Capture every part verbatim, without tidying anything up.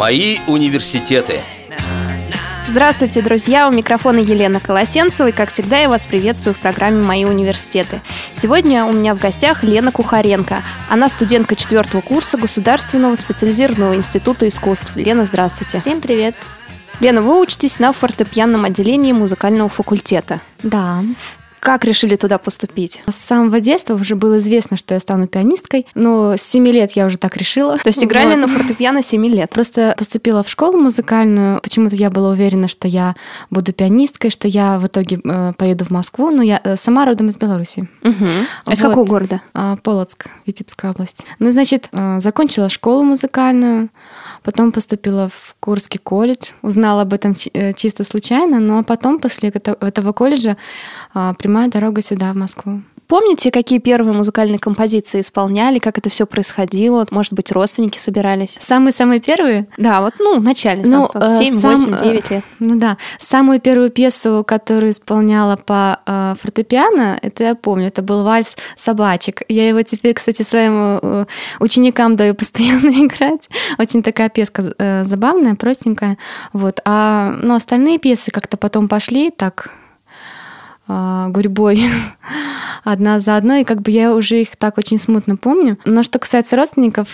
Мои университеты. Здравствуйте, друзья! У микрофона Елена Колосенцева, и, как всегда, я вас приветствую в программе «Мои университеты». Сегодня у меня в гостях Лена Кухаренко. Она студентка четвертого курса Государственного специализированного института искусств. Лена, здравствуйте! Всем привет! Лена, вы учитесь на фортепианном отделении музыкального факультета. Да. Как решили туда поступить? С самого детства уже было известно, что я стану пианисткой, но с семи лет я уже так решила. То есть играли вот. на фортепиано семи лет? Просто поступила в школу музыкальную. Почему-то я была уверена, что я буду пианисткой, что я в итоге э, поеду в Москву. Но я э, сама родом из Беларуси. Угу. А из вот. какого города? Э, Полоцк, Витебская область. Ну, значит, э, закончила школу музыкальную, потом поступила в Курский колледж. Узнала об этом чи- чисто случайно, но потом после этого колледжа э, прямая дорога сюда, в Москву. Помните, какие первые музыкальные композиции исполняли, как это все происходило? Может быть, родственники собирались? Самые-самые первые? Да, вот, ну, в начале, ну, семь, восемь, девять лет. Ну да. Самую первую пьесу, которую исполняла по э, фортепиано, это я помню, это был вальс «Собачек». Я его теперь, кстати, своим э, ученикам даю постоянно играть. Очень такая песка э, забавная, простенькая. Вот. А ну, остальные пьесы как-то потом пошли так гурьбой одна за одной, и как бы я уже их так очень смутно помню. Но что касается родственников,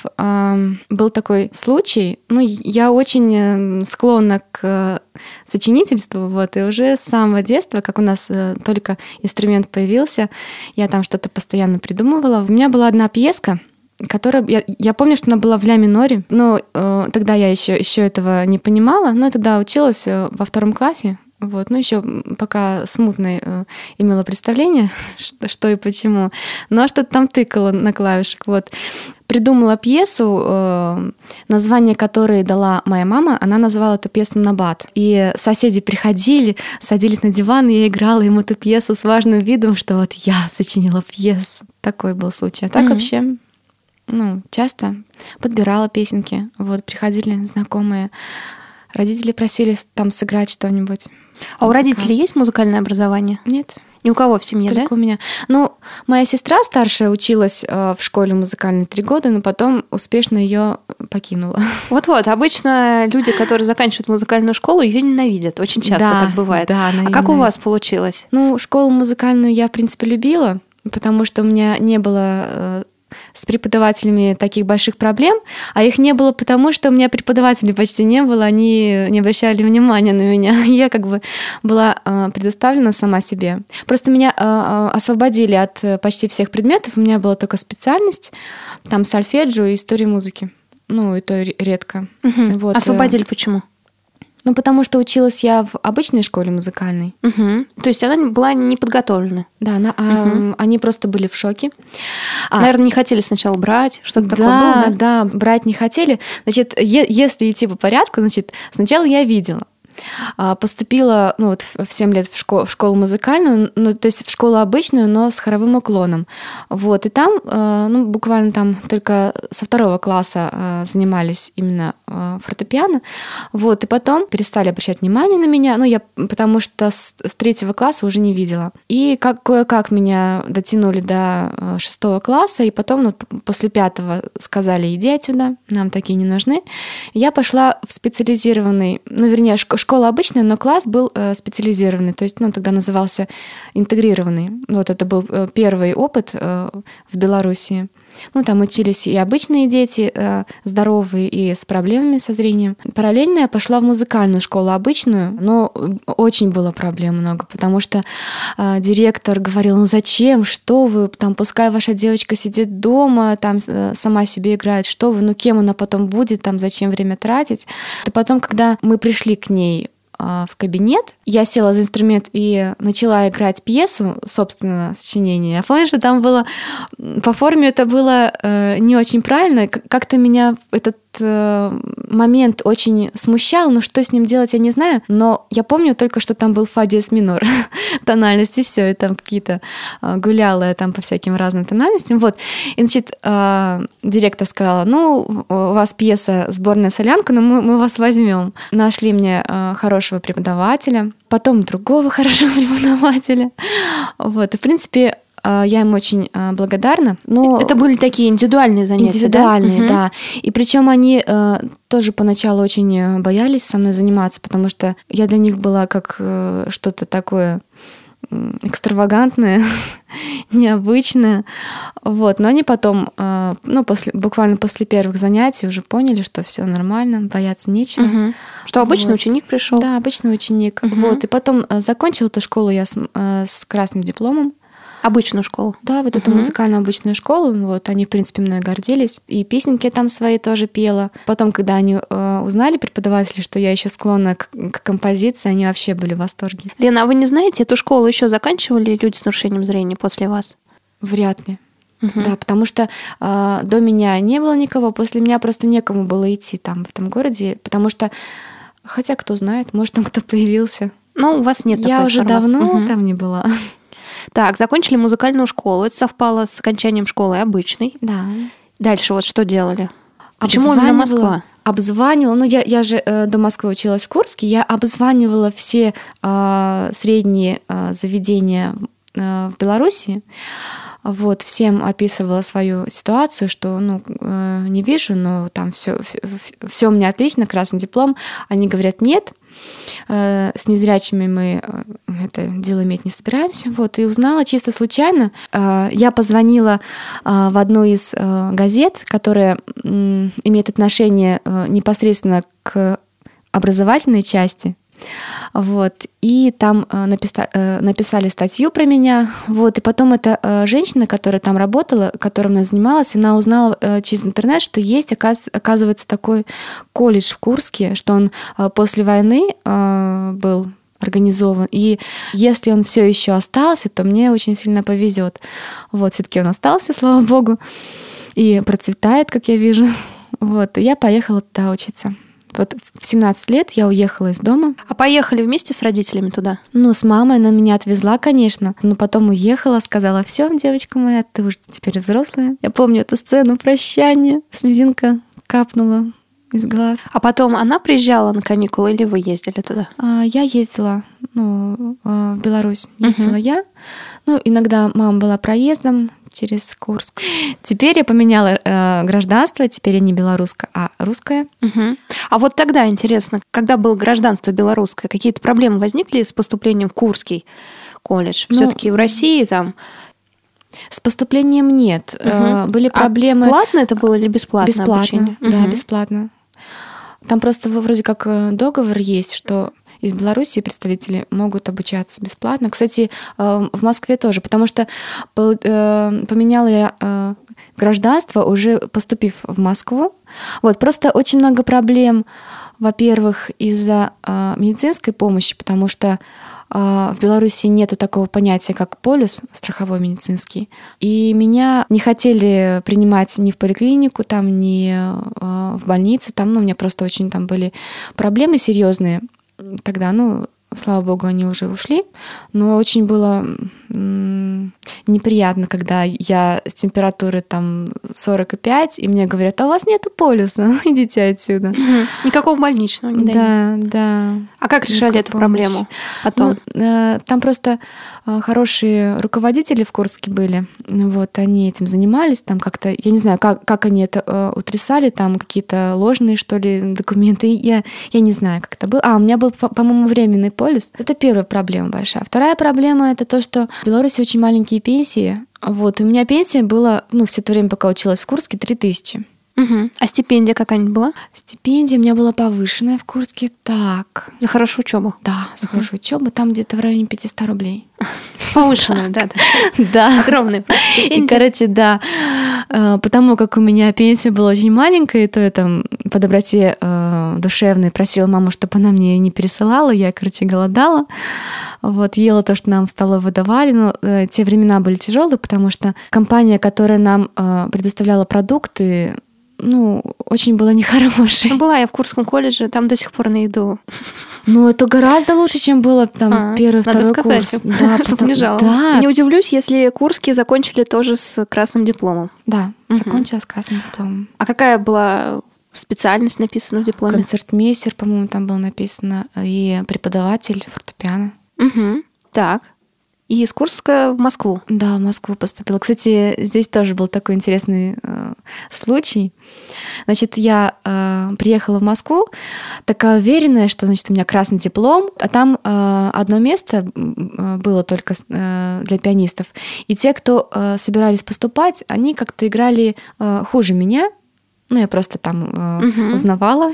был такой случай, ну, я очень склонна к сочинительству, вот, и уже с самого детства, как у нас только инструмент появился, я там что-то постоянно придумывала. У меня была одна пьеска, которая, я, я помню, что она была в ля миноре, но э, тогда я еще, еще этого не понимала, но я тогда училась во втором классе. Вот, ну еще пока смутно э, имела представление, что, что и почему, но что-то там тыкала на клавишах. Вот. Придумала пьесу, э, название которой дала моя мама, она назвала эту пьесу «Набат». И соседи приходили, садились на диван, и я играла им эту пьесу с важным видом, что вот я сочинила пьесу. Такой был случай. А так mm-hmm. вообще, ну, часто подбирала песенки, вот, приходили знакомые, родители просили там сыграть что-нибудь. А у родителей есть музыкальное образование? Нет. Ни у кого в семье, Только да? у меня. Ну, моя сестра старшая училась э, в школе музыкальной три года, но потом успешно ее покинула. Вот-вот, обычно люди, которые заканчивают музыкальную школу, ее ненавидят. Очень часто да, так бывает. Да, а как у вас получилось? Ну, школу музыкальную я, в принципе, любила, потому что у меня не было э, с преподавателями таких больших проблем, а их не было потому, что у меня преподавателей почти не было, они не обращали внимания на меня. Я как бы была э, предоставлена сама себе. Просто меня э, освободили от почти всех предметов, у меня была только специальность, там сольфеджио и история музыки. Ну, и то редко. Угу. Вот. Освободили почему? Ну, потому что училась я в обычной школе музыкальной. Угу. То есть она была не подготовлена? Да, она, угу. а, они просто были в шоке. А, Наверное, не хотели сначала брать, что-то да, такое было, да? Да, брать не хотели. Значит, е- если идти по порядку, значит, сначала я видела. Поступила ну, вот в семь лет в школу, в школу музыкальную, ну, то есть в школу обычную, но с хоровым уклоном. Вот, и там ну, буквально там только со второго класса занимались именно фортепиано. Вот, и потом перестали обращать внимание на меня, ну, я, потому что с, с третьего класса уже не видела. И как, кое-как меня дотянули до шестого класса, и потом ну, после пятого сказали: иди отсюда, нам такие не нужны. И я пошла в специализированный, ну, вернее, школу Школа обычная, но класс был э, специализированный, то есть, ну, тогда назывался интегрированный. Вот это был э, первый опыт э, в Беларуси. Ну, там учились и обычные дети, э, здоровые и с проблемами со зрением. Параллельно я пошла в музыкальную школу обычную, но очень было проблем много, потому что э, директор говорил: ну зачем, что вы, там, пускай ваша девочка сидит дома, там э, сама себе играет, что вы, ну кем она потом будет, там, зачем время тратить. И потом, когда мы пришли к ней в кабинет, я села за инструмент и начала играть пьесу собственного сочинения. Я помню, что там было... По форме это было э, не очень правильно. Как-то меня этот э, момент очень смущал, но что с ним делать, я не знаю. Но я помню только, что там был фа диез минор тональности, все, и там какие-то э, гуляла там по всяким разным тональностям. Вот. И, значит, э, директор сказала: ну, у вас пьеса «Сборная солянка», но мы, мы вас возьмем. Нашли мне э, хорошего преподавателя, потом другого хорошего преподавателя. Вот. И, в принципе, я им очень благодарна. Но это были такие индивидуальные занятия, индивидуальные, да? да. Угу. И причем они тоже поначалу очень боялись со мной заниматься, потому что я для них была как что-то такое экстравагантное, необычное. Вот. Но они потом, ну, после, буквально после первых занятий уже поняли, что все нормально, бояться нечего. Угу. Что обычный вот. ученик пришел. Да, обычный ученик. Угу. Вот. И потом закончила эту школу я с, с красным дипломом. Обычную школу? Да, вот эту uh-huh. музыкальную обычную школу. Вот, они, в принципе, мной гордились. И песенки там свои тоже пела. Потом, когда они э, узнали, преподаватели, что я еще склонна к, к композиции, они вообще были в восторге. Лена, а вы не знаете, эту школу еще заканчивали люди с нарушением зрения после вас? Вряд ли. Uh-huh. Да, потому что э, до меня не было никого, после меня просто некому было идти там, в этом городе, потому что, хотя кто знает, может, там кто появился. Ну, у вас нет такой Я уже информации. давно Uh-huh. там не была. Так, закончили музыкальную школу. Это совпало с окончанием школы обычной. Да. Дальше вот что делали? Почему именно Москва? Обзванивала. Ну, я, я же э, до Москвы училась в Курске. Я обзванивала все э, средние э, заведения э, в Беларуси. Вот, всем описывала свою ситуацию, что, ну, э, не вижу, но там все, все у меня отлично, красный диплом. Они говорят, нет, э, с незрячими мы э, это дело иметь не собираемся. Вот, и узнала чисто случайно. Э, я позвонила э, в одну из э, газет, которая э, имеет отношение э, непосредственно к образовательной части. Вот, и там э, написа- э, написали статью про меня. Вот, и потом эта э, женщина, которая там работала, которой мной занималась, она узнала э, через интернет, что есть, оказ- оказывается, такой колледж в Курске, что он э, после войны э, был организован. И если он все еще остался, то мне очень сильно повезет. Вот, все-таки он остался, слава богу, и процветает, как я вижу. Вот, и я поехала туда учиться. Вот в семнадцать лет я уехала из дома. А поехали вместе с родителями туда? Ну, с мамой она меня отвезла, конечно. Но потом уехала, сказала, все, девочка моя, ты уже теперь взрослая. Я помню эту сцену прощания. Слезинка капнула из глаз. А потом она приезжала на каникулы или вы ездили туда? А, я ездила, ну, в Беларусь. Ездила uh-huh. я. Ну, иногда мама была проездом через Курск. Теперь я поменяла э, гражданство, теперь я не белорусская, а русская. Угу. А вот тогда интересно, когда было гражданство белорусское, какие-то проблемы возникли с поступлением в Курский колледж? Ну, все-таки в России там... С поступлением нет. Угу. Э, были проблемы... А платно это было или бесплатно? Бесплатно, обучение? да, угу. бесплатно. Там просто вроде как договор есть, что из Беларуси представители могут обучаться бесплатно. Кстати, в Москве тоже, потому что поменяла я гражданство, уже поступив в Москву. Вот, просто очень много проблем, во-первых, из-за медицинской помощи, потому что в Беларуси нету такого понятия, как полис страховой медицинский. И меня не хотели принимать ни в поликлинику, там, ни в больницу. Там, ну, у меня просто очень там были проблемы серьезные. Тогда, ну, слава богу, они уже ушли, но очень было м- неприятно, когда я с температурой там сорок пять, и мне говорят, а у вас нету полиса, идите отсюда. Никакого больничного не дали. Да, да. А как решали эту проблему потом? Ну, э, там просто э, хорошие руководители в Курске были, вот, они этим занимались, там как-то, я не знаю, как, как они это э, утрясали, там какие-то ложные, что ли, документы, я, я не знаю, как это было. А, у меня был, по-моему, временный полис. Это первая проблема большая. Вторая проблема — это то, что в Беларуси очень маленькие пенсии. Вот, у меня пенсия была, ну, все это время, пока училась в Курске, три тысячи. Угу. А стипендия какая-нибудь была? Стипендия у меня была повышенная в Курске. Так. За хорошую учебу? Да, за хорошую учебу. Там где-то в районе пятьсот рублей. Повышенная, да. Да. Огромная. И, короче, да. Потому как у меня пенсия была очень маленькая, то я там по доброте душевной просила маму, чтобы она мне не пересылала. Я, короче, голодала. Вот, ела то, что нам в столовой выдавали. Но те времена были тяжелые, потому что компания, которая нам предоставляла продукты, ну, очень была нехорошей. Ну, была я в Курском колледже, там до сих пор на еду. Ну, это гораздо лучше, чем было там а, первый, надо второй сказать, курс. Да, чтобы не жаловаться. Да. Не удивлюсь, если Курские закончили тоже с красным дипломом. Да, угу. Закончила с красным дипломом. А какая была специальность написана в дипломе? Концертмейстер, по-моему, там было написано, и преподаватель фортепиано. Угу. Так. И из Курска в Москву. Да, в Москву поступила. Кстати, здесь тоже был такой интересный э, случай. Значит, я э, приехала в Москву, такая уверенная, что, значит, у меня красный диплом, а там э, одно место было только э, для пианистов. И те, кто э, собирались поступать, они как-то играли э, хуже меня. Ну, я просто там э, uh-huh. узнавала.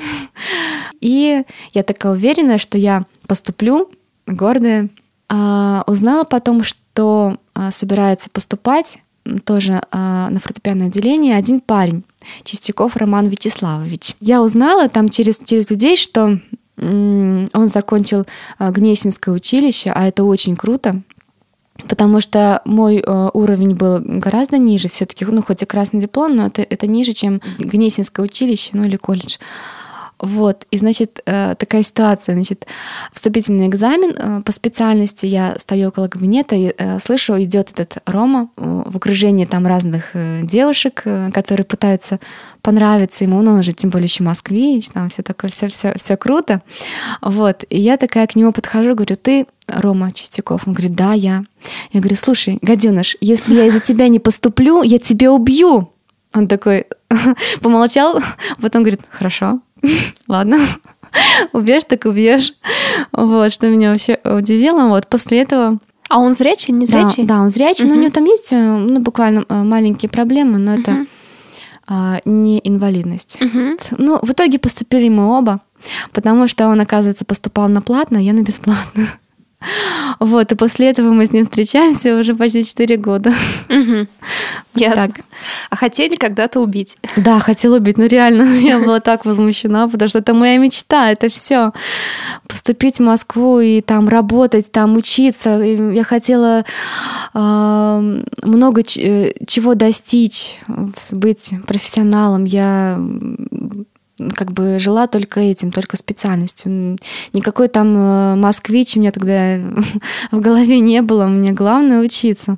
И я такая уверенная, что я поступлю, гордая. А, узнала потом, что а, собирается поступать тоже а, на фортепианное отделение один парень, Чистяков Роман Вячеславович. Я узнала там через, через людей, что м- он закончил а, Гнесинское училище, а это очень круто, потому что мой э, уровень был гораздо ниже, все-таки, ну, хоть и красный диплом, но это, это ниже, чем Гнесинское училище, ну, или колледж. Вот, и, значит, такая ситуация, значит, вступительный экзамен по специальности, я стою около кабинета и слышу, идет этот Рома в окружении там разных девушек, которые пытаются понравиться ему, ну, он же тем более еще москвич, там все такое, все, все, все круто. Вот, и я такая к нему подхожу, говорю: ты Рома Чистяков? Он говорит: да, я. Я говорю: слушай, гаденыш, если я из-за тебя не поступлю, я тебя убью. Он такой помолчал, потом говорит: хорошо. Ладно, убьешь, так убьешь. Вот, что меня вообще удивило. Вот после этого. А он зрячий, не зрячий? Да, да, он зрячий, uh-huh. но у него там есть, ну, буквально маленькие проблемы, но uh-huh. это а, не инвалидность. Uh-huh. Ну, в итоге поступили мы оба, потому что он, оказывается, поступал на платно, а я на бесплатно. Вот, и после этого мы с ним встречаемся уже почти четыре года. Угу. Ясно. Так. А хотели когда-то убить? Да, хотела убить. Ну, реально, я была так возмущена, потому что это моя мечта, это все. Поступить в Москву и там работать, там учиться. И я хотела э, много ч- чего достичь, быть профессионалом. Я как бы жила только этим, только специальностью. Никакой там москвич у меня тогда в голове не было. Мне главное учиться.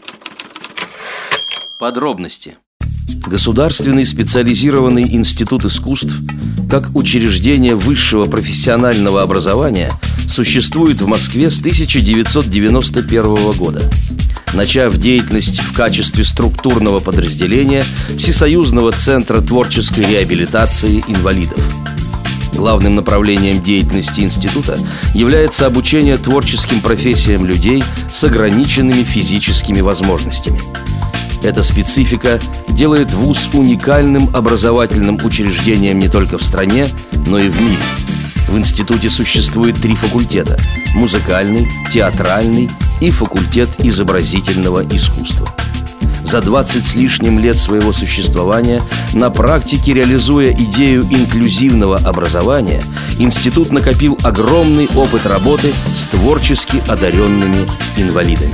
Подробности. Государственный специализированный институт искусств, как учреждение высшего профессионального образования, существует в Москве с тысяча девятьсот девяносто первого года. Начав деятельность в качестве структурного подразделения Всесоюзного центра творческой реабилитации инвалидов. Главным направлением деятельности института является обучение творческим профессиям людей с ограниченными физическими возможностями. Эта специфика делает вуз уникальным образовательным учреждением не только в стране, но и в мире. В институте существует три факультета – музыкальный, театральный и факультет изобразительного искусства. За двадцать с лишним лет своего существования, на практике реализуя идею инклюзивного образования, институт накопил огромный опыт работы с творчески одаренными инвалидами.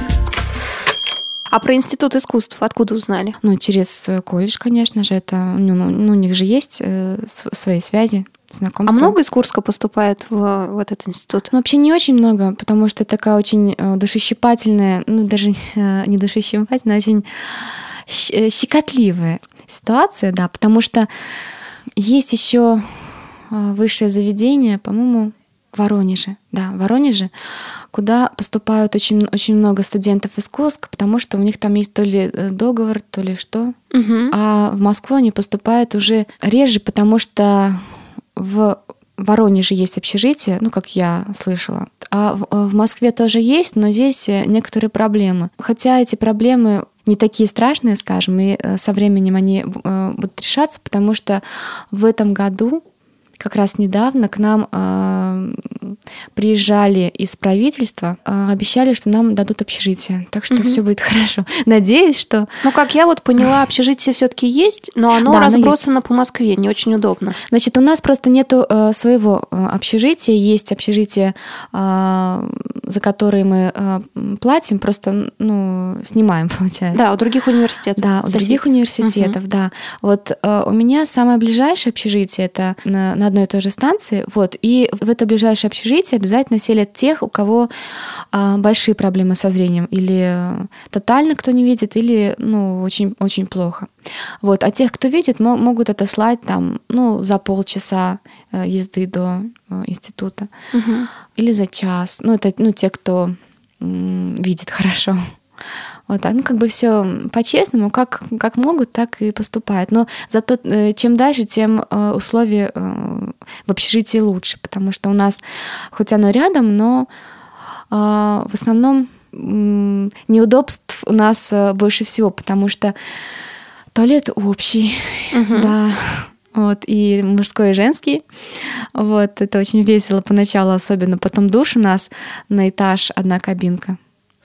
А про институт искусств откуда узнали? Ну, через колледж, конечно же. Это, ну, ну, у них же есть э, свои связи, знакомства. А много из Курска поступает в, в этот институт? Ну, вообще не очень много, потому что такая очень душещипательная, ну, даже не душещипательная, а очень щекотливая ситуация, да, потому что есть еще высшее заведение, по-моему, в Воронеже, да, в Воронеже, куда поступают очень, очень много студентов из Курска, потому что у них там есть то ли договор, то ли что. Угу. А в Москву они поступают уже реже, потому что в Воронеже есть общежитие, ну, как я слышала. А в, в Москве тоже есть, но здесь некоторые проблемы. Хотя эти проблемы не такие страшные, скажем, и со временем они будут решаться, потому что в этом году как раз недавно к нам э, приезжали из правительства, э, обещали, что нам дадут общежитие. Так что угу. все будет хорошо. Надеюсь, что... Ну, как я вот поняла, общежитие все-таки есть, но оно да, разбросано по Москве, не очень удобно. Значит, у нас просто нету э, своего э, общежития. Есть общежитие, э, за которое мы э, платим, просто ну, снимаем, получается. Да, у других университетов. Да, у Соседей. других университетов, угу. да. Вот э, у меня самое ближайшее общежитие, это на, на одной и той же станции, вот, и в это ближайшее общежитие обязательно селят тех, у кого а, большие проблемы со зрением, или тотально кто не видит, или, ну, очень, очень плохо. Вот, а тех, кто видит, мо- могут отослать там, ну, за полчаса э, езды до э, института, угу. или за час. Ну, это, ну, те, кто м, видят хорошо. Вот так, ну, как бы все по-честному, как, как могут, так и поступают. Но зато э, чем дальше, тем э, условия э, в общежитии лучше, потому что у нас, хоть оно рядом, но э, в основном э, неудобств у нас э, больше всего, потому что туалет общий, uh-huh. да. Вот, и мужской, и женский. Вот, это очень весело поначалу, особенно. Потом душ у нас на этаж, одна кабинка.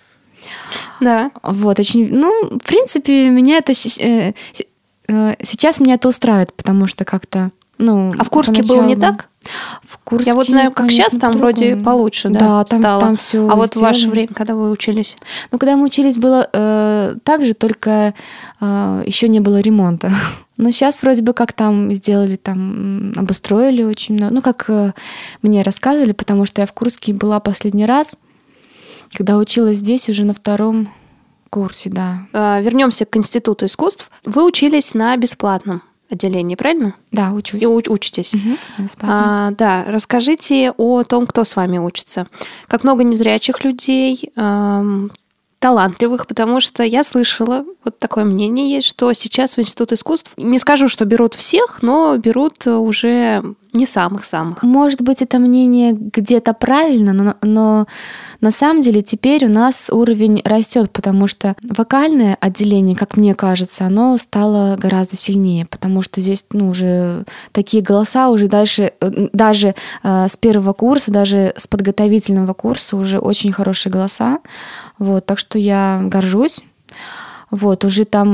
Да. Вот, очень... Ну, в принципе, меня это... Э, э, сейчас меня это устраивает, потому что как-то... Ну, а в Курске было не так? В Курске, я вот знаю, как конечно, сейчас там вроде получше, да, да там, стало. Там все а вот сделали. В ваше время, когда вы учились? Ну, когда мы учились, было э, так же, только э, еще не было ремонта. Но сейчас вроде бы как там сделали, там обустроили очень много. Ну, как э, мне рассказывали, потому что я в Курске была последний раз, когда училась здесь уже на втором курсе, да. А, вернемся к Институту искусств. Вы учились на бесплатном отделении, правильно? Да, учусь. И уч- учитесь. Угу, а, да, расскажите о том, кто с вами учится. Как много незрячих людей, эм, талантливых, потому что я слышала, вот такое мнение есть, что сейчас в Институт искусств, не скажу, что берут всех, но берут уже не самых-самых. Может быть, это мнение где-то правильно, но, но на самом деле теперь у нас уровень растет, потому что вокальное отделение, как мне кажется, оно стало гораздо сильнее, потому что здесь ну, уже такие голоса уже дальше, даже э, с первого курса, даже с подготовительного курса уже очень хорошие голоса. Вот, так что я горжусь. Вот, уже там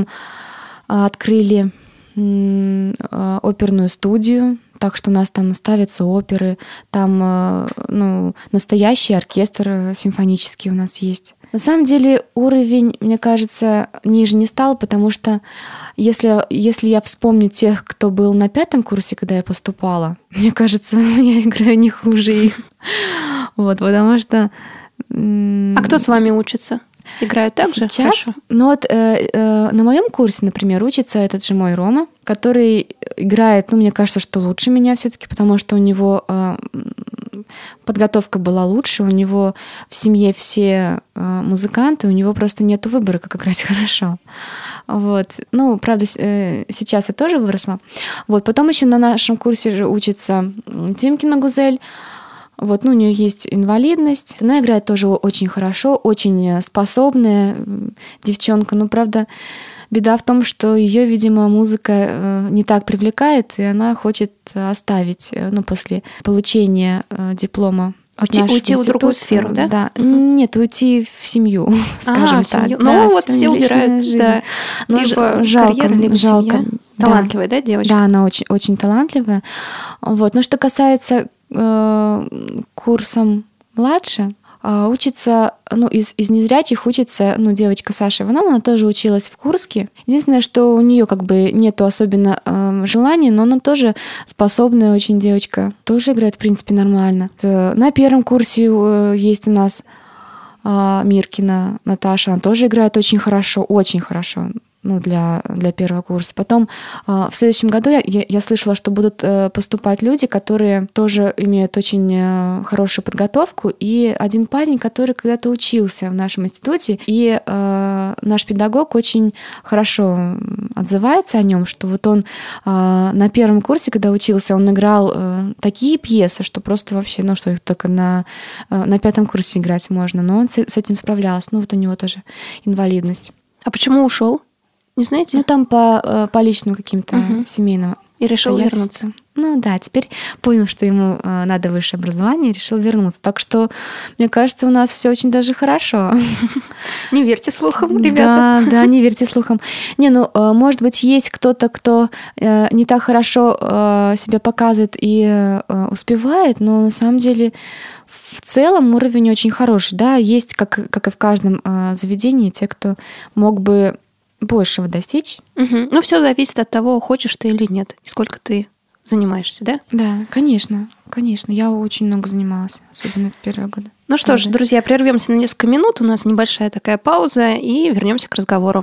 открыли м, оперную студию, так что у нас там ставятся оперы, там ну, настоящий оркестр симфонический у нас есть. На самом деле уровень, мне кажется, ниже не стал, потому что если, если я вспомню тех, кто был на пятом курсе, когда я поступала, мне кажется, я играю не хуже их. Вот, потому что... А кто с вами учится? Играют так же? Сейчас, ну вот э, э, на моем курсе, например, учится этот же мой Рома, который играет, ну, мне кажется, что лучше меня все-таки, потому что у него э, подготовка была лучше, у него в семье все э, музыканты, у него просто нет выбора, как играть хорошо. Вот. Ну, правда, э, сейчас я тоже выросла. Вот. Потом еще на нашем курсе учится Тимкина Гузель. Вот, ну, у нее есть инвалидность. Она играет тоже очень хорошо, очень способная девчонка. Но, правда, беда в том, что ее, видимо, музыка не так привлекает, и она хочет оставить, ну, после получения диплома. Уйти, уйти в другую сферу, да? Да. Угу. Нет, уйти в семью, скажем а, так. Семью. Да, ну, вот все убирают, жизнь. Да. Но либо жалко, карьера, либо жалко. семья. Талантливая, да, да девочка? Да, она очень, очень талантливая. Вот. Но что касается э, курсом младше, э, учится, ну, из, из незрячих учится, ну, девочка Саша Иванова, она тоже училась в Курске. Единственное, что у нее как бы нету особенно э, желания, но она тоже способная очень девочка. Тоже играет, в принципе, нормально. На первом курсе э, есть у нас э, Миркина Наташа, она тоже играет очень хорошо, очень хорошо. Ну, для, для первого курса. Потом э, в следующем году я, я, я слышала, что будут э, поступать люди, которые тоже имеют очень э, хорошую подготовку. И один парень, который когда-то учился в нашем институте, и э, наш педагог очень хорошо отзывается о нем, что вот он э, на первом курсе, когда учился, он играл э, такие пьесы, что просто вообще, ну, что их только на, э, на пятом курсе играть можно. Но он с, с этим справлялся. Ну, вот у него тоже инвалидность. А почему ушел? Не знаете? Ну, там по, по личным каким-то угу. семейным. И решил вернуться. Ну да, теперь понял, что ему надо высшее образование, и решил вернуться. Так что, мне кажется, у нас все очень даже хорошо. Не верьте слухам, ребята. Да, да, не верьте слухам. Не, ну, может быть, есть кто-то, кто не так хорошо себя показывает и успевает, но на самом деле в целом уровень очень хороший. Да, есть, как, как и в каждом заведении, те, кто мог бы большего достичь. Угу. Ну, все зависит от того, хочешь ты или нет, и сколько ты занимаешься, да? Да, конечно, конечно. Я очень много занималась, особенно в первые годы. Ну что Правда. ж, друзья, прервемся на несколько минут. У нас небольшая такая пауза, и вернемся к разговору.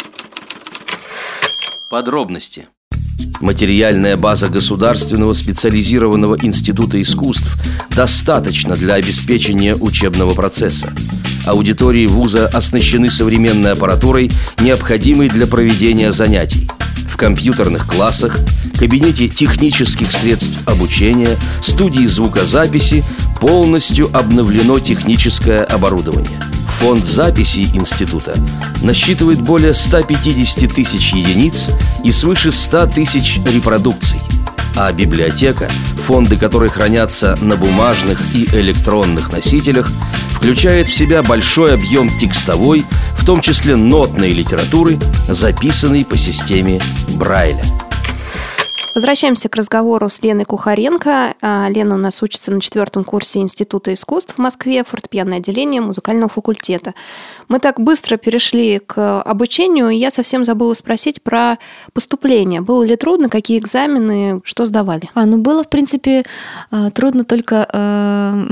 Подробности. Материальная база Государственного специализированного института искусств достаточно для обеспечения учебного процесса. Аудитории вуза оснащены современной аппаратурой, необходимой для проведения занятий. В компьютерных классах, кабинете технических средств обучения, студии звукозаписи полностью обновлено техническое оборудование. Фонд записей института насчитывает более ста пятидесяти тысяч единиц и свыше ста тысяч репродукций. А библиотека, фонды которой хранятся на бумажных и электронных носителях, включает в себя большой объем текстовой, в том числе нотной литературы, записанной по системе Брайля. Возвращаемся к разговору с Леной Кухаренко. Лена у нас учится на четвертом курсе Института искусств в Москве, фортепианное отделение музыкального факультета. Мы так быстро перешли к обучению, и я совсем забыла спросить про поступление. Было ли трудно, какие экзамены, что сдавали? А, ну было, в принципе, трудно только э,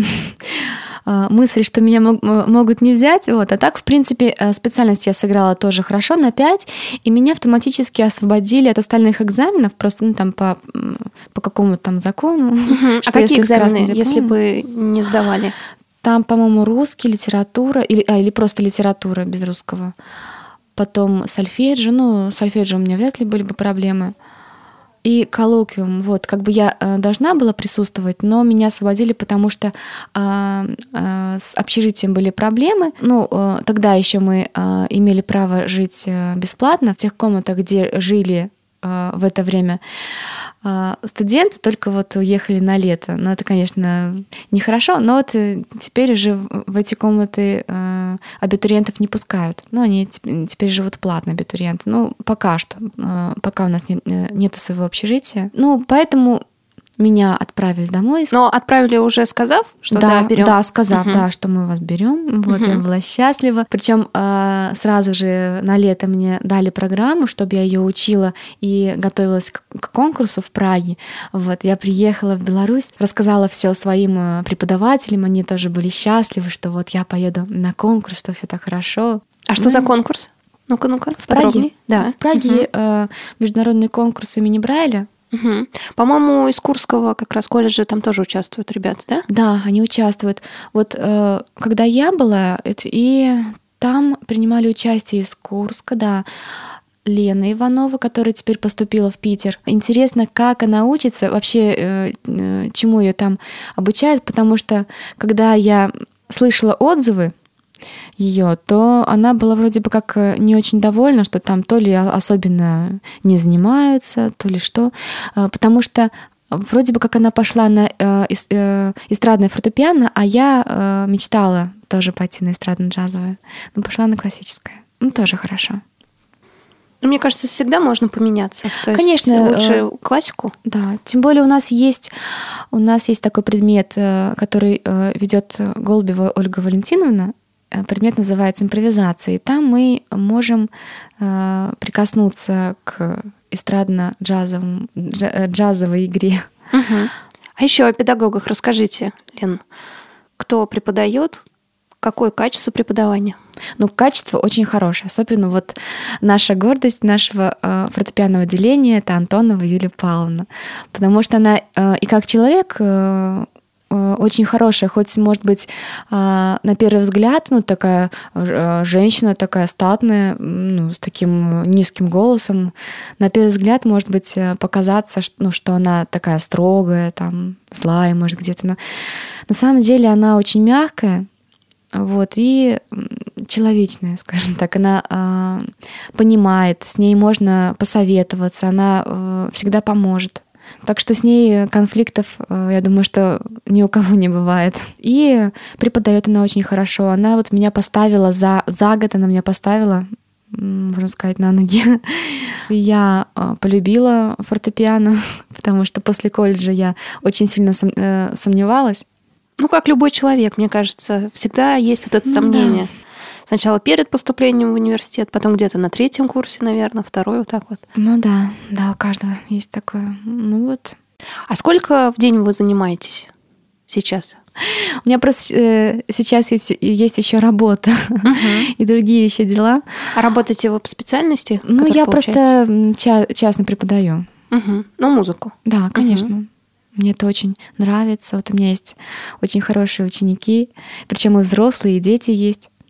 мысль, что меня мог, могут не взять. Вот. А так, в принципе, специальность я сыграла тоже хорошо, на пять, и меня автоматически освободили от остальных экзаменов, просто ну, там по, по какому-то там закону. Uh-huh. А какие экзамены, если бы не сдавали? Там, по-моему, русский, литература, или, а, или просто литература без русского. Потом сольфеджио, ну, сольфеджио у меня вряд ли были бы проблемы. И коллоквиум, вот, как бы я э, должна была присутствовать, но меня освободили, потому что э, э, с общежитием были проблемы. Ну, э, тогда еще мы э, имели право жить э, бесплатно в тех комнатах, где жили э, в это время э, студенты, только вот уехали на лето. Ну, это, конечно, нехорошо, но вот э, теперь уже в эти комнаты э, абитуриентов не пускают. Ну, они теперь, теперь живут платно, абитуриенты. Ну, пока что. Э, пока у нас нет, нету своего общежития. Ну, поэтому меня отправили домой. Но отправили уже сказав, что да, да, берем. Да, сказав, угу. да, что мы вас берем. Вот, угу. я была счастлива. Причем э, сразу же на лето мне дали программу, чтобы я ее учила и готовилась к, к конкурсу в Праге. Вот, я приехала в Беларусь, рассказала все своим преподавателям, они тоже были счастливы, что вот я поеду на конкурс, что все так хорошо. А что ну, за конкурс? Ну-ка, ну-ка, в Праге. Да. В Праге угу. э, международный конкурс имени Брайля. Угу. По-моему, из Курского как раз колледжа там тоже участвуют ребята, да? Да, они участвуют. Вот э, когда я была, это, и там принимали участие из Курска, да, Лена Иванова, которая теперь поступила в Питер. Интересно, как она учится, вообще э, э, чему ее там обучают, потому что когда я слышала отзывы ее, то она была вроде бы как не очень довольна, что там то ли особенно не занимаются, то ли что, потому что вроде бы как она пошла на эстрадное фортепиано, а я мечтала тоже пойти на эстрадно-джазовое, но пошла на классическое. Ну, тоже хорошо. Мне кажется, всегда можно поменяться. То Конечно, есть лучше классику. Да, тем более у нас есть у нас есть такой предмет, который ведет Голубева Ольга Валентиновна. Предмет называется импровизация. И там мы можем э, прикоснуться к эстрадно-джазовой джазовой игре. Угу. А еще о педагогах расскажите, Лен. Кто преподает? Какое качество преподавания? Ну, качество очень хорошее. Особенно вот наша гордость нашего э, фортепианного отделения — это Антонова Юлия Павловна. Потому что она э, и как человек э, очень хорошая, хоть, может быть, на первый взгляд, ну, такая женщина, такая статная, ну, с таким низким голосом. На первый взгляд, может быть, показаться, ну, что она такая строгая, там, злая, может, где-то. Но на самом деле она очень мягкая, вот, и человечная, скажем так. Она э, понимает, с ней можно посоветоваться, она э, всегда поможет. Так что с ней конфликтов, я думаю, что ни у кого не бывает. И преподает она очень хорошо. Она вот меня поставила за, за год, она меня поставила, можно сказать, на ноги. Я полюбила фортепиано, потому что после колледжа я очень сильно сомневалась. Ну, как любой человек, мне кажется, всегда есть вот это сомнение. Да. Сначала перед поступлением в университет, потом где-то на третьем курсе, наверное, второй, вот так вот. Ну да, да, у каждого есть такое. Ну вот. А сколько в день вы занимаетесь сейчас? У меня просто э, сейчас есть, есть еще работа uh-huh. и другие еще дела. А работаете вы по специальности? Ну, я получается? просто ча- частно преподаю. Uh-huh. Ну, музыку? Да, конечно. Uh-huh. Мне это очень нравится. Вот у меня есть очень хорошие ученики, причем и взрослые, и дети есть.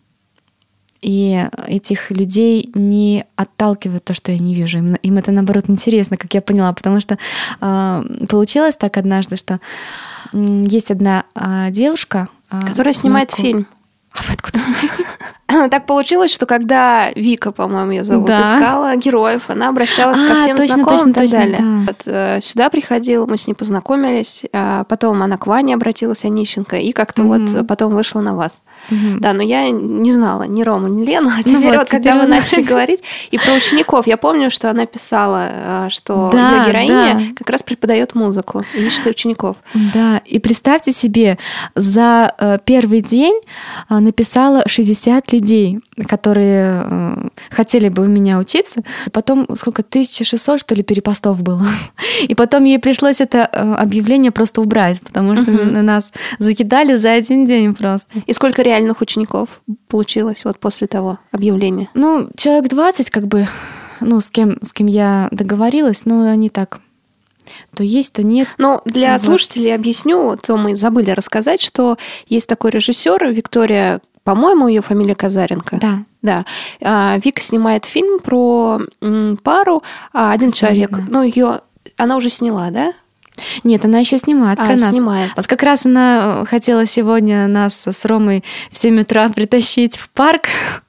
И этих людей не отталкивает то, что я не вижу. Им, им это, наоборот, интересно, как я поняла. Потому что э, получилось так однажды, что э, есть одна э, девушка... Э, которая снимает знаком... фильм. А вы откуда знаете? Так получилось, что когда Вика, по-моему, ее зовут, да. искала героев, она обращалась а, ко всем точно, знакомым точно, и так точно, далее. Да. Вот, э, сюда приходила, мы с ней познакомились, а потом она к Ване обратилась, Онищенко, и как-то mm-hmm. вот потом вышла на вас. Mm-hmm. Да, но я не знала ни Рому, ни Лену, а теперь ну вот, вот теперь когда мы знаешь. начали говорить, и про учеников, я помню, что она писала, что да, ее героиня да. как раз преподает музыку и ищет учеников. Да, и представьте себе, за э, первый день э, написала шестьдесят людей, которые э, хотели бы у меня учиться. И потом сколько, тысяча шестьсот, что ли, перепостов было. И потом ей пришлось это э, объявление просто убрать, потому что uh-huh. нас закидали за один день просто. И сколько реальных учеников получилось вот после того объявления? Ну, человек двадцать, как бы, ну, с кем, с кем я договорилась, но они так... То есть, то нет. Но для вот. слушателей объясню, то мы забыли рассказать, что есть такой режиссер Виктория, по-моему, ее фамилия Казаренко. Да. Да. А, Вика снимает фильм про м, пару, а один Казаренко. человек, ну, ее, она уже сняла, да? Нет, она еще снимает. А, снимает. Вот как раз она хотела сегодня нас с Ромой в семь утра притащить в парк.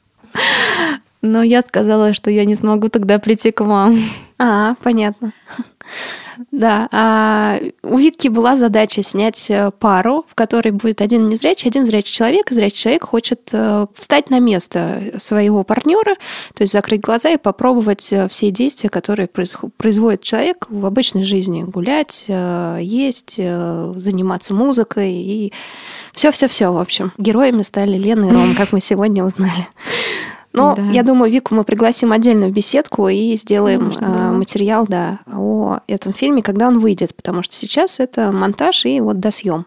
Но я сказала, что я не смогу тогда прийти к вам. А, понятно. Да, а у Вики была задача снять пару, в которой будет один незрячий, один зрячий человек, и зрячий человек хочет встать на место своего партнера, то есть закрыть глаза и попробовать все действия, которые производит человек в обычной жизни: гулять, есть, заниматься музыкой и все-все-все, в общем. Героями стали Лена и Рома, как мы сегодня узнали. Но да. я думаю, Вику мы пригласим отдельно в беседку и сделаем Может, да. материал да, о этом фильме, когда он выйдет, потому что сейчас это монтаж и вот досъем.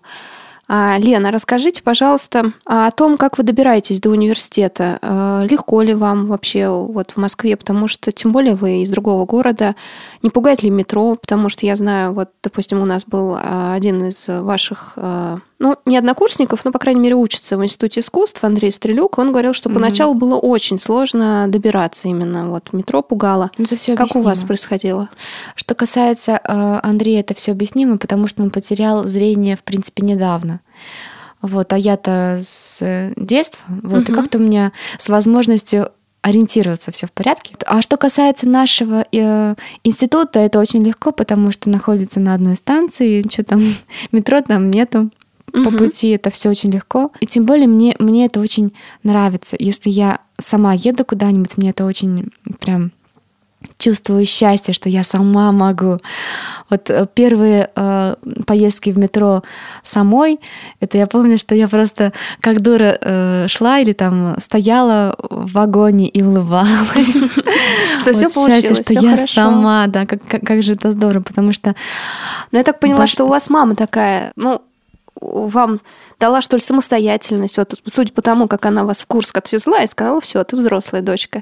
А, Лена, расскажите, пожалуйста, о том, как вы добираетесь до университета. Легко ли вам вообще вот в Москве, потому что, тем более, вы из другого города. Не пугает ли метро? Потому что я знаю, вот, допустим, у нас был один из ваших, ну, не однокурсников, но, по крайней мере, учится в Институте искусств, Андрей Стрелюк. Он говорил, что mm-hmm. поначалу было очень сложно добираться именно. Вот метро пугало. Это все как объяснимо. У вас происходило? Что касается э, Андрея, это все объяснимо, потому что он потерял зрение, в принципе, недавно. Вот, а я-то с детства. Вот, mm-hmm. и как-то у меня с возможностью ориентироваться все в порядке. А что касается нашего э, института, это очень легко, потому что находится на одной станции, что там, метро там нету. По угу. пути это все очень легко. И тем более мне, мне это очень нравится. Если я сама еду куда-нибудь, мне это очень прям чувствую счастье, что я сама могу. Вот первые э, поездки в метро самой, это я помню, что я просто как дура э, шла или там стояла в вагоне и улыбалась. Что все получилось, что я сама, да, как же это здорово, потому что... Ну, я так поняла, что у вас мама такая, ну, вам дала, что ли, самостоятельность, вот судя по тому, как она вас в Курск отвезла и сказала: все, ты взрослая дочка.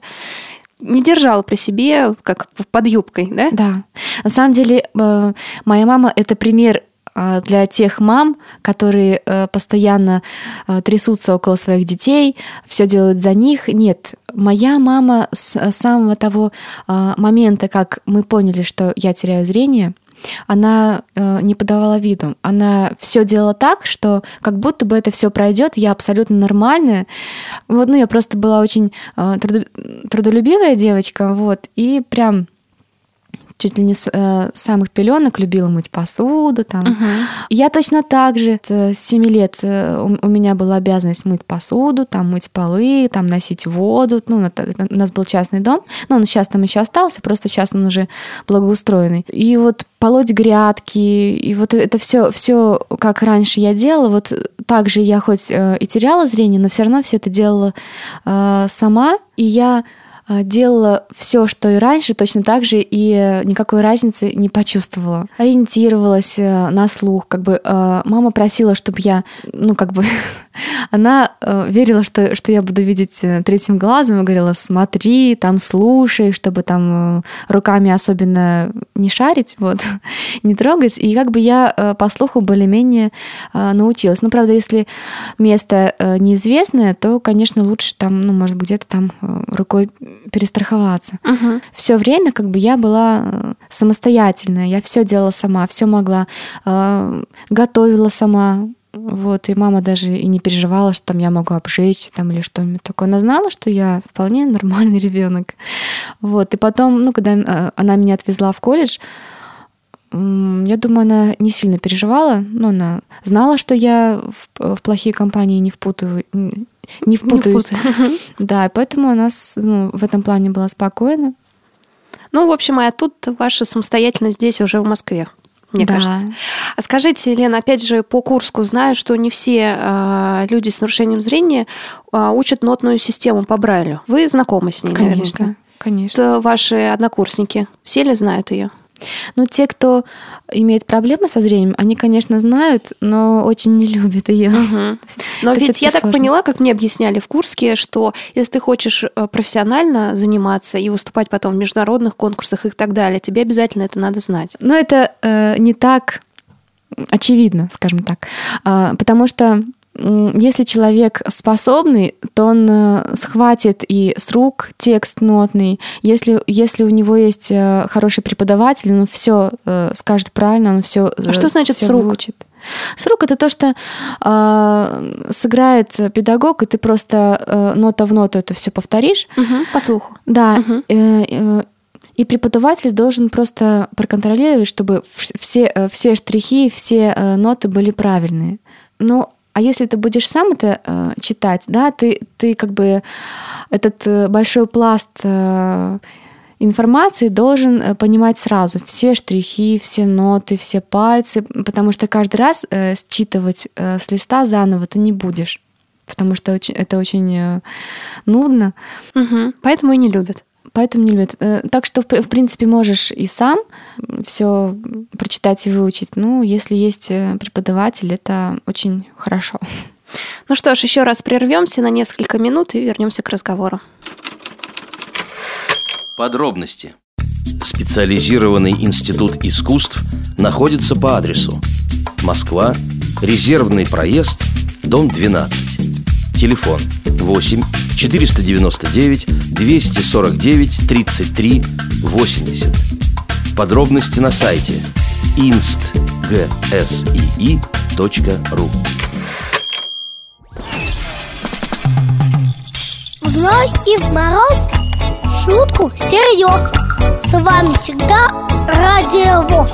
Не держала при себе, как под юбкой, да? Да. На самом деле, моя мама — это пример для тех мам, которые постоянно трясутся около своих детей, все делают за них. Нет, моя мама с самого того момента, как мы поняли, что я теряю зрение, она э, не подавала виду. Она все делала так, что как будто бы это все пройдет, я абсолютно нормальная. Вот, ну, я просто была очень э, трудолюбивая девочка, вот, и прям чуть ли не с э, самых пеленок любила мыть посуду. Там. Uh-huh. Я точно так же. С семи лет у, у меня была обязанность мыть посуду, там, мыть полы, там, носить воду. Ну, у нас был частный дом, но он сейчас там еще остался, просто сейчас он уже благоустроенный. И вот полоть грядки, и вот это все, все, как раньше я делала, вот так же я хоть э, и теряла зрение, но все равно все это делала э, сама, и я делала все, что и раньше, точно так же, и никакой разницы не почувствовала. Ориентировалась на слух. Как бы мама просила, чтобы я, ну, как бы она э, верила, что, что я буду видеть третьим глазом, и говорила: смотри, там слушай, чтобы там э, руками особенно не шарить, вот, не трогать. И как бы я э, по слуху более-менее э, научилась. Ну, правда, если место э, неизвестное, то, конечно, лучше там, ну, может быть, где-то там э, рукой перестраховаться. Угу. Все время как бы я была э, самостоятельная, я все делала сама, все могла, э, готовила сама. Вот, и мама даже и не переживала, что там я могу обжечься там, или что-нибудь такое. Она знала, что я вполне нормальный ребенок. Вот, и потом, ну, когда она меня отвезла в колледж, я думаю, она не сильно переживала, но она знала, что я в, в плохие компании не впутываю, не впутаюсь. Не впутаю. Да, и поэтому она, ну, в этом плане была спокойна. Ну, в общем, и оттуда ваша самостоятельность здесь, уже в Москве, мне да. кажется. А скажите, Лена, опять же, по Курску знаю, что не все э, люди с нарушением зрения э, учат нотную систему по Брайлю. Вы знакомы с ней, конечно, наверняка? Конечно. Это ваши однокурсники. Все ли знают ее? Ну, те, кто имеет проблемы со зрением, они, конечно, знают, но очень не любят ее. Угу. Но ведь я так сложно. поняла, как мне объясняли в Курске, что если ты хочешь профессионально заниматься и выступать потом в международных конкурсах и так далее, тебе обязательно это надо знать. Но это э, не так очевидно, скажем так, э, потому что если человек способный, то он схватит и с рук текст нотный. Если, если у него есть хороший преподаватель, он все скажет правильно, он все. А что значит с рук? Выучит. С рук это то, что э, сыграет педагог, и ты просто э, нота в ноту это все повторишь. Угу, по слуху. Да. Угу. Э, э, И преподаватель должен просто проконтролировать, чтобы все, все штрихи, все ноты были правильные. Но а если ты будешь сам это э, читать, да, ты, ты как бы этот э, большой пласт э, информации должен э, понимать сразу. Все штрихи, все ноты, все пальцы, потому что каждый раз э, считывать э, с листа заново ты не будешь, потому что очень, это очень э, нудно. Угу. Поэтому и не любят. Поэтому не любят. Так что, в принципе, можешь и сам все прочитать и выучить. Ну, если есть преподаватель, это очень хорошо. Ну что ж, еще раз прервемся на несколько минут и вернемся к разговору. Подробности. Специализированный институт искусств находится по адресу: Москва, Резервный проезд, дом двенадцать. Телефон восемь четыреста девяносто девять двести сорок девять тридцать три восемьдесят. Подробности на сайте инст гсии точка ру. В ночь и в мороз шутку серьез. С вами всегда Радио ВОС.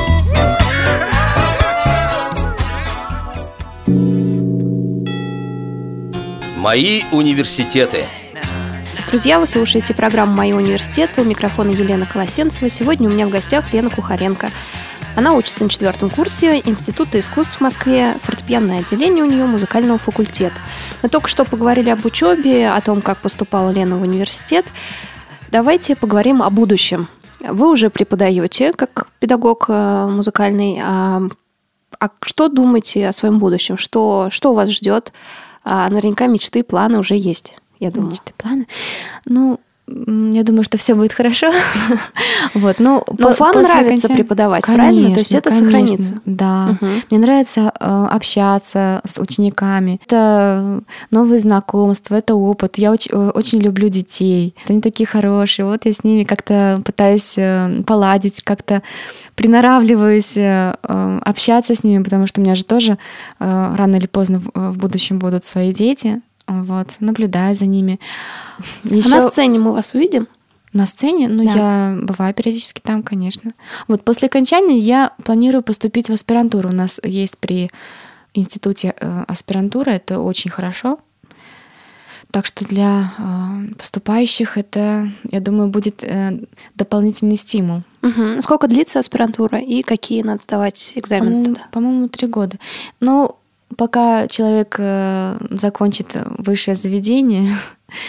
Мои университеты. Друзья, вы слушаете программу «Мои университеты». У микрофона Елена Колосенцева. Сегодня у меня в гостях Лена Кухаренко. Она учится на четвертом курсе Института искусств в Москве, фортепианное отделение у нее музыкального факультета. Мы только что поговорили об учебе, о том, как поступала Лена в университет. Давайте поговорим о будущем. Вы уже преподаете как педагог музыкальный. А, а что думаете о своем будущем? Что, что вас ждет? А наверняка мечты, планы уже есть, я думаю. Мечты, планы? Ну, я думаю, что все будет хорошо. Вот, ну, но по- вам нравится окончания... преподавать, конечно, правильно? То есть это конечно, сохранится? Да. Угу. Мне нравится э, общаться с учениками. Это новые знакомства, это опыт. Я очень, очень люблю детей. Они такие хорошие. Вот я с ними как-то пытаюсь э, поладить, как-то приноравливаюсь, э, общаться с ними, потому что у меня же тоже э, рано или поздно в, в будущем будут свои дети. Вот, наблюдаю за ними. Еще... А на сцене мы вас увидим? На сцене? Ну, да. Я бываю периодически там, конечно. Вот после окончания я планирую поступить в аспирантуру. У нас есть при институте аспирантура, это очень хорошо. Так что для поступающих это, я думаю, будет дополнительный стимул. Угу. Сколько длится аспирантура и какие надо сдавать экзамены по-моему, туда? По-моему, три года. Ну, пока человек закончит высшее заведение,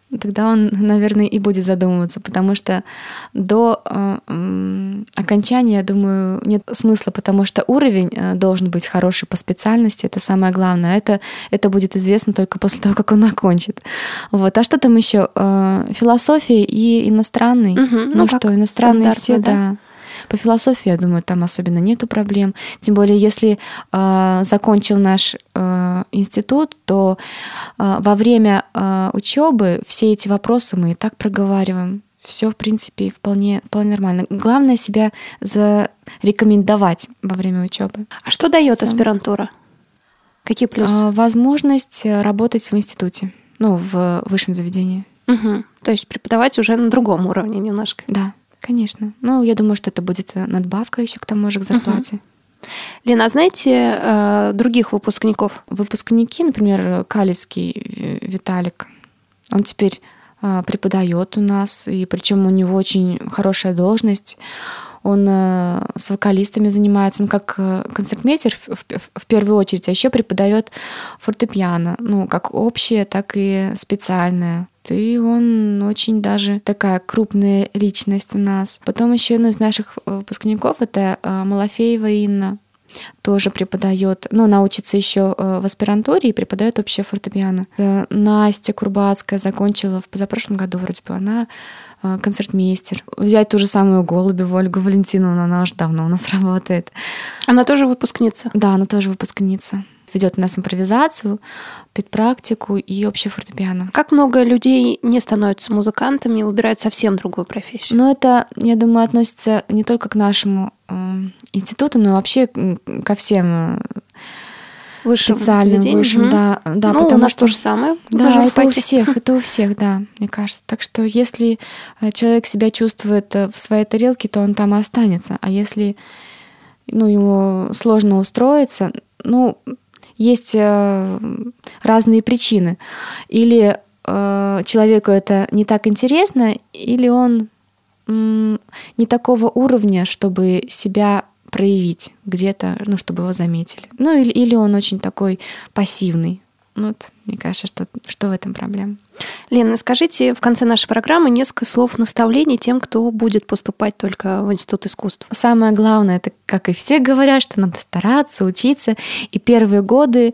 тогда он, наверное, и будет задумываться, потому что до э, э, окончания, я думаю, нет смысла, потому что уровень э, должен быть хороший по специальности, это самое главное. Это, это будет известно только после того, как он окончит. Вот. А что там еще? Э, философия и иностранный. Угу. Ну, ну что, иностранные все, да. да. По философии, я думаю, там особенно нету проблем. Тем более, если э, закончил наш э, институт, то э, во время э, учебы все эти вопросы мы и так проговариваем. Все, в принципе, вполне, вполне нормально. Главное себя зарекомендовать во время учебы. А что дает Все. аспирантура? Какие плюсы? Э, возможность работать в институте, ну, в высшем заведении. Угу. То есть преподавать уже на другом уровне немножко. Да. Конечно. Ну, я думаю, что это будет надбавка еще к тому же, к зарплате. Угу. Лена, а знаете других выпускников? Выпускники, например, Калицкий Виталик, он теперь преподает у нас, и причем у него очень хорошая должность. Он с вокалистами занимается, он как концертмейстер в, в, в первую очередь, а еще преподает фортепиано, ну, как общее, так и специальное. И он очень даже такая крупная личность у нас. Потом еще одна из наших выпускников — это Малафеева Инна. Тоже преподает, ну, она учится еще в аспирантуре и преподает общее фортепиано. Настя Курбацкая закончила в позапрошлом году, вроде бы, она концертмейстер. Взять ту же самую Голубеву Ольгу Валентиновну, она уже давно у нас работает. Она тоже выпускница? Да, она тоже выпускница. Ведет у нас импровизацию, педпрактику и общее фортепиано. Как много людей не становятся музыкантами и выбирают совсем другую профессию? Но это, я думаю, относится не только к нашему э, институту, но вообще ко всем высшим специальным, заведениям. высшим. Угу. Да, да, ну, потому у нас что... то же самое. Да, это у всех, это у всех, да, мне кажется. Так что если человек себя чувствует в своей тарелке, то он там и останется. А если ну, ему сложно устроиться, ну... Есть разные причины. Или э, человеку это не так интересно, или он м, не такого уровня, чтобы себя проявить где-то, ну, чтобы его заметили. Ну, или, или он очень такой пассивный. Ну, вот, мне кажется, что, что в этом проблема. Лена, скажите в конце нашей программы несколько слов наставлений тем, кто будет поступать только в Институт искусств. Самое главное, это, как и все говорят, что надо стараться, учиться. И первые годы э,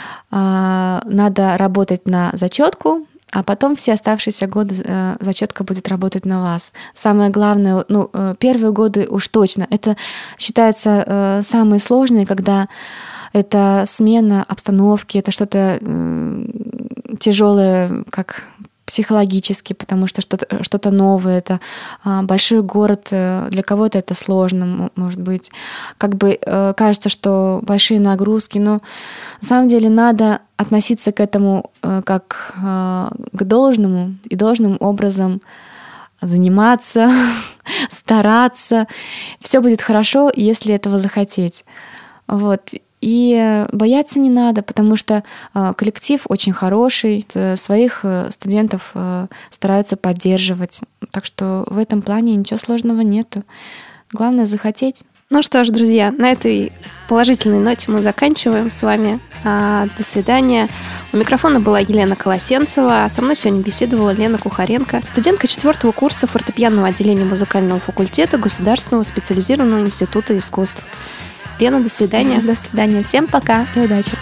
надо работать на зачетку, а потом все оставшиеся годы э, зачетка будет работать на вас. Самое главное, ну, э, первые годы уж точно. Это считается э, самые сложные, когда это смена обстановки, это что-то э, тяжелое, как психологически, потому что что-то, что-то новое, это э, большой город, э, для кого-то это сложно, может быть. Как бы э, кажется, что большие нагрузки, но на самом деле надо относиться к этому э, как э, к должному и должным образом заниматься, стараться. Все будет хорошо, если этого захотеть. Вот. И бояться не надо, потому что коллектив очень хороший, своих студентов стараются поддерживать. Так что в этом плане ничего сложного нету. Главное — захотеть. Ну что ж, друзья, на этой положительной ноте мы заканчиваем с вами. До свидания. У микрофона была Елена Колосенцева, а со мной сегодня беседовала Лена Кухаренко, студентка четвертого курса фортепианного отделения музыкального факультета Государственного специализированного института искусств. Лена, до свидания. До свидания. Всем пока и удачи.